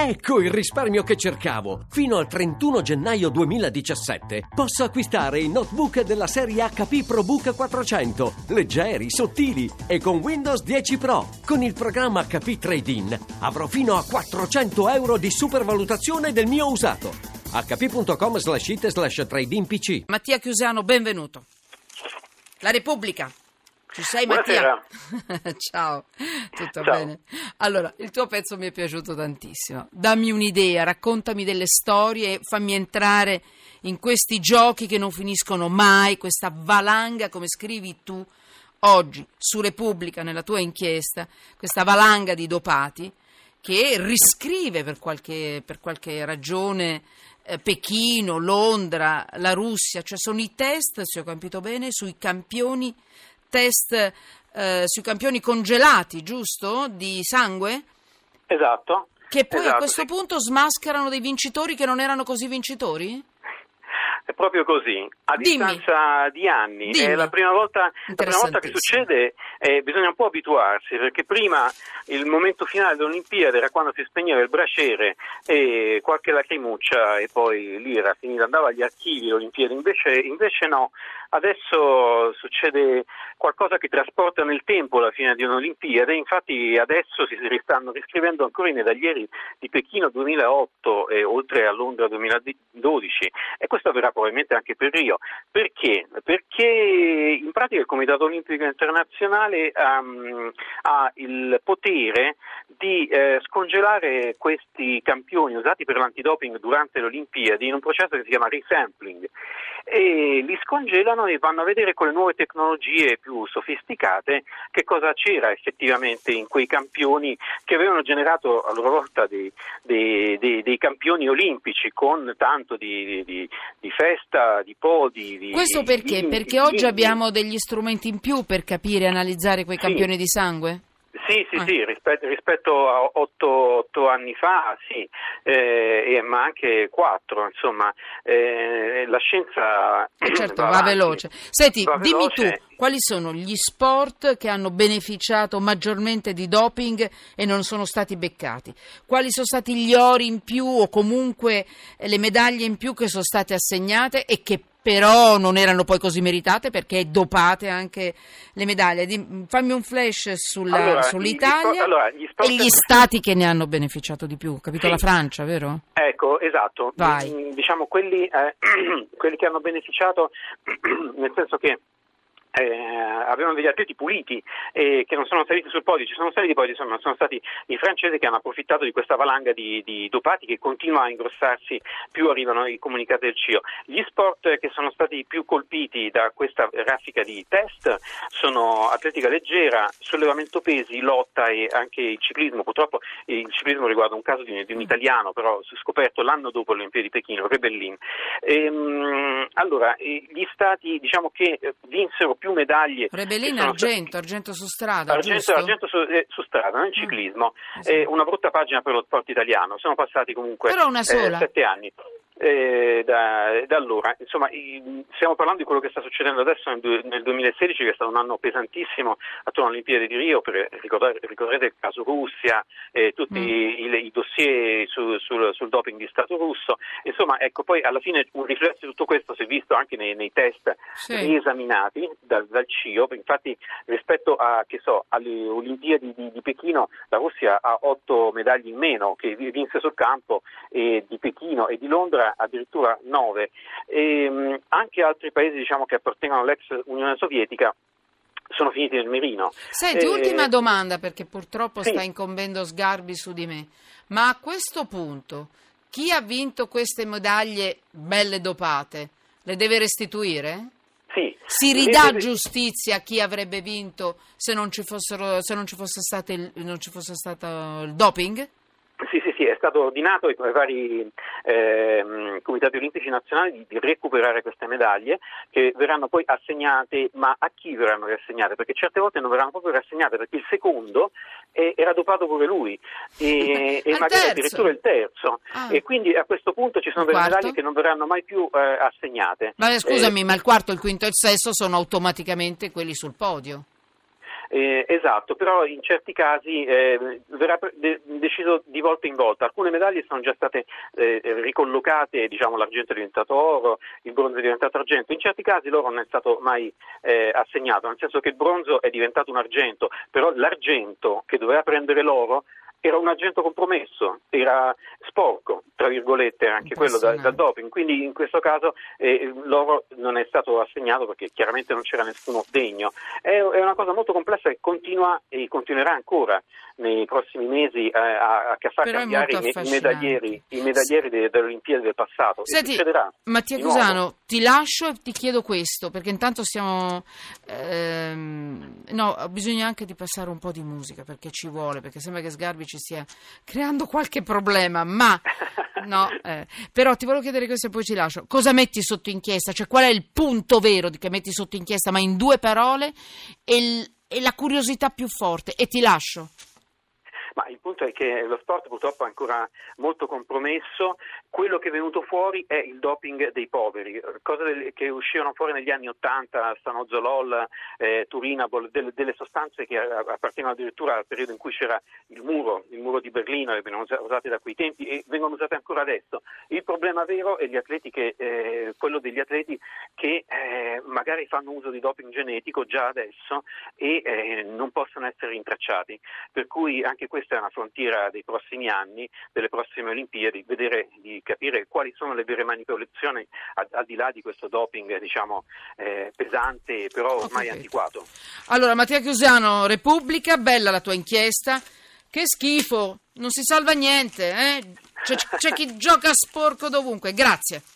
Ecco il risparmio che cercavo! Fino al 31 gennaio 2017 posso acquistare i notebook della serie HP ProBook 400, leggeri, sottili e con Windows 10 Pro. Con il programma HP Trade-in avrò fino a 400 euro di supervalutazione del mio usato. hp.com/it/trade-in-pc. Mattia Chiusano, benvenuto. La Repubblica. Ci sei, Mattia? Ciao, tutto bene? Allora, il tuo pezzo mi è piaciuto tantissimo. Dammi un'idea, raccontami delle storie, fammi entrare in questi giochi che non finiscono mai, questa valanga, come scrivi tu oggi su Repubblica nella tua inchiesta, questa valanga di dopati che riscrive per qualche ragione Pechino, Londra, la Russia, cioè sono i test, se ho capito bene, sui campioni sui campioni congelati, giusto? Di sangue? Esatto. Che poi a questo punto smascherano dei vincitori che non erano così vincitori? È proprio così, a distanza di anni. È la prima volta che succede, bisogna un po' abituarsi, perché prima il momento finale dell'Olimpiade era quando si spegneva il braciere e qualche lacrimuccia e poi lì era finita, andava agli archivi l'Olimpiade, invece no. Adesso succede qualcosa che trasporta nel tempo la fine di un'Olimpiade, infatti adesso si stanno riscrivendo ancora i medaglieri di Pechino 2008 e oltre a Londra 2012 e questo avverrà probabilmente anche per Rio. Perché? Perché in pratica il Comitato Olimpico Internazionale ha il potere di scongelare questi campioni usati per l'antidoping durante le Olimpiadi in un processo che si chiama resampling e li scongelano e vanno a vedere con le nuove tecnologie più sofisticate che cosa c'era effettivamente in quei campioni che avevano generato a loro volta dei campioni olimpici con tanto di festa, di podi. Questo perché? Perché oggi abbiamo degli strumenti in più per capire e analizzare quei campioni di sangue? Sì, rispetto a 8 anni fa, sì, ma anche 4, insomma, la scienza va veloce. Senti, dimmi tu, quali sono gli sport che hanno beneficiato maggiormente di doping e non sono stati beccati? Quali sono stati gli ori in più o comunque le medaglie in più che sono state assegnate e che però non erano poi così meritate perché dopate anche le medaglie? Fammi un flash sull'Italia e gli stati che ne hanno beneficiato di più, capito? Sì. La Francia, vero? Ecco, esatto. Vai. Diciamo quelli che hanno beneficiato nel senso che avevano degli atleti puliti che non sono saliti sul podio, ci sono saliti poi, insomma, sono stati i francesi che hanno approfittato di questa valanga di dopati che continua a ingrossarsi più arrivano i comunicati del CIO. Gli sport che sono stati più colpiti da questa raffica di test sono atletica leggera, sollevamento pesi, lotta e anche il ciclismo. Purtroppo il ciclismo riguarda un caso di un italiano, però scoperto l'anno dopo le Olimpiadi di Pechino, Rebellin. Allora, gli stati diciamo che vinsero più medaglie. Rebellin argento su strada, argento su strada, nel ciclismo. Una brutta pagina per lo sport italiano, sono passati comunque 7 anni. Da allora, insomma, stiamo parlando di quello che sta succedendo adesso nel 2016, che è stato un anno pesantissimo attorno alle Olimpiadi di Rio, ricorrete il caso Russia, tutti i dossier sul doping di Stato russo, insomma, ecco, poi alla fine un riflesso di tutto questo si è visto anche nei test riesaminati dal CIO. Infatti rispetto alle Olimpiadi di Pechino la Russia ha 8 medaglie in meno che vinse sul campo, e di Pechino e di Londra addirittura 9, e anche altri paesi diciamo che appartengono all'ex Unione Sovietica sono finiti nel mirino. Senti, ultima domanda, perché purtroppo sta incombendo Sgarbi su di me, ma a questo punto chi ha vinto queste medaglie belle dopate le deve restituire? Sì. Si ridà giustizia a chi avrebbe vinto se non ci fosse stato il doping? Sì, è stato ordinato ai vari comitati olimpici nazionali di recuperare queste medaglie che verranno poi assegnate, ma a chi verranno riassegnate? Perché certe volte non verranno proprio riassegnate perché il secondo era dopato pure lui e magari addirittura il terzo, e quindi a questo punto ci sono delle medaglie che non verranno mai più assegnate. Ma scusami, ma il quarto, il quinto e il sesto sono automaticamente quelli sul podio? Esatto, però in certi casi verrà deciso di volta in volta. Alcune medaglie sono già state ricollocate, diciamo l'argento è diventato oro, il bronzo è diventato argento, in certi casi l'oro non è stato mai assegnato, nel senso che il bronzo è diventato un argento, però l'argento che doveva prendere l'oro era un argento compromesso, era sporco, tra virgolette, anche quello da doping, quindi in questo caso l'oro non è stato assegnato perché chiaramente non c'era nessuno degno. È una cosa molto complessa che continua e continuerà ancora nei prossimi mesi a far cambiare i medaglieri delle Olimpiadi del passato. Senti, e succederà. Mattia Cusano, ti lascio e ti chiedo questo, perché intanto stiamo... no, bisogna anche di passare un po' di musica, perché ci vuole, perché sembra che Sgarbi ci stia creando qualche problema, ma no, però ti volevo chiedere questo e poi ci lascio. Cosa metti sotto inchiesta? Cioè, qual è il punto vero che metti sotto inchiesta, ma in 2 parole, e la curiosità più forte? E ti lascio. Ma il punto è che lo sport purtroppo è ancora molto compromesso. Quello che è venuto fuori è il doping dei poveri, cose che uscirono fuori negli anni '80, stanozolol, turinabol, delle sostanze che appartengono addirittura al periodo in cui c'era il muro di Berlino, che venivano usate da quei tempi e vengono usate ancora adesso. Il problema vero è quello degli atleti che magari fanno uso di doping genetico già adesso e non possono essere rintracciati, per cui anche questa è una frontiera dei prossimi anni, delle prossime Olimpiadi, di capire quali sono le vere manipolazioni al di là di questo doping, diciamo, pesante, però ormai antiquato. Allora, Mattia Cusano, Repubblica, bella la tua inchiesta. Che schifo, non si salva niente, eh? C'è chi gioca sporco dovunque. Grazie.